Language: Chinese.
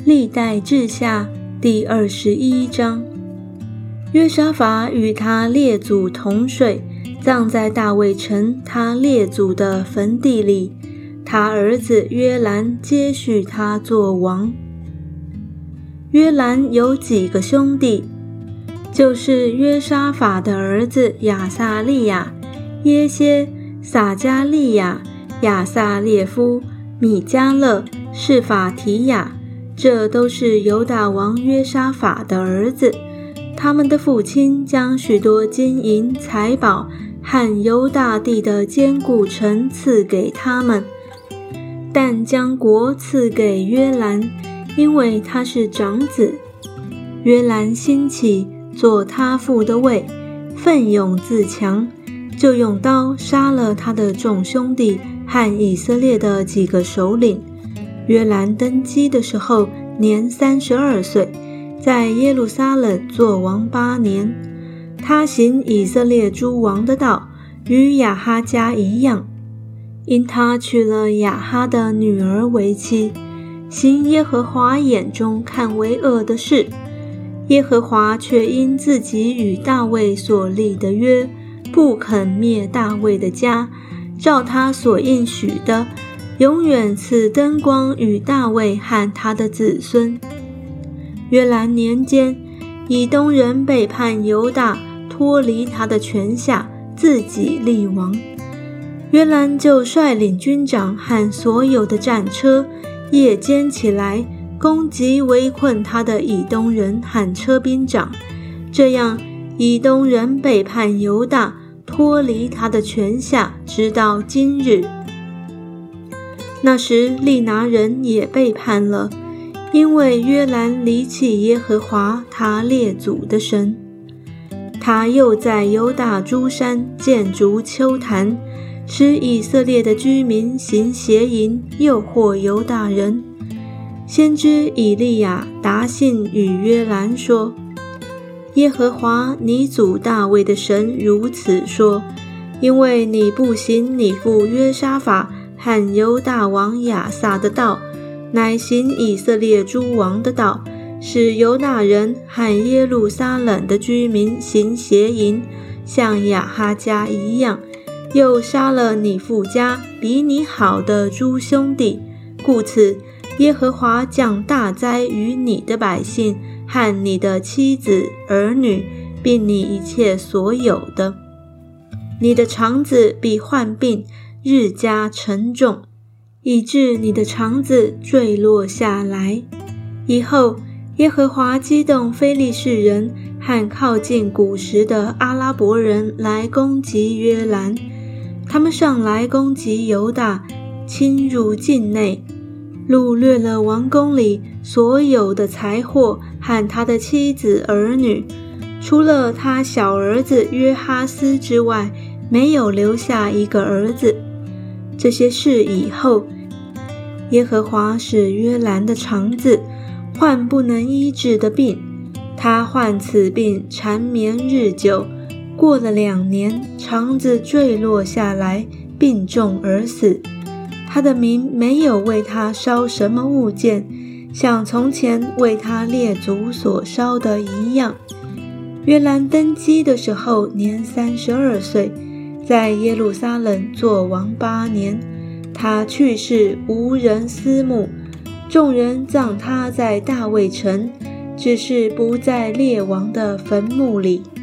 历代志下第21章。约沙法与他列祖同睡，葬在大卫城他列祖的坟地里。他儿子约兰接续他做王。约兰有几个兄弟，就是约沙法的儿子亚撒利雅、耶歇、撒加利亚、亚撒列夫、米迦勒、示法提雅，这都是犹大王约沙法的儿子。他们的父亲将许多金银财宝和犹大地的坚固城赐给他们，但将国赐给约兰，因为他是长子。约兰兴起做他父的位，奋勇自强，就用刀杀了他的众兄弟和以色列的几个首领。约兰登基的时候年32岁，在耶路撒冷作王8年。他行以色列诸王的道，与亚哈家一样，因他娶了亚哈的女儿为妻，行耶和华眼中看为恶的事。耶和华却因自己与大卫所立的约，不肯灭大卫的家，照他所应许的，永远赐灯光与大卫和他的子孙。约兰年间，以东人背叛犹大，脱离他的权下，自己立王。约兰就率领军长和所有的战车，夜间起来攻击围困他的以东人和车兵长，这样以东人背叛犹大，脱离他的权下，直到今日。那时利拿人也背叛了，因为约兰离弃耶和华他列祖的神。他又在犹大诸山建筑丘坛，使以色列的居民行邪淫，诱惑犹大人。先知以利亚答信与约兰说：耶和华你祖大卫的神如此说，因为你不行你父约沙法和犹大王亚撒的道，乃行以色列诸王的道，使犹大人和耶路撒冷的居民行邪淫，像亚哈家一样，又杀了你父家比你好的诸兄弟，故此耶和华降大灾于你的百姓和你的妻子儿女，并你一切所有的。你的肠子必患病，日加沉重，以致你的肠子坠落下来。以后耶和华激动非利士人和靠近古时的阿拉伯人来攻击约兰，他们上来攻击犹大，侵入境内，掳掠了王宫里所有的财货和他的妻子儿女，除了他小儿子约哈斯之外，没有留下一个儿子。这些事以后，耶和华使约兰的肠子患不能医治的病，他患此病缠绵日久，过了2年，肠子坠落下来，病重而死。他的民没有为他烧什么物件，像从前为他列祖所烧的一样。约兰登基的时候年32岁，在耶路撒冷作王8年。他去世无人思慕，众人葬他在大卫城，只是不在列王的坟墓里。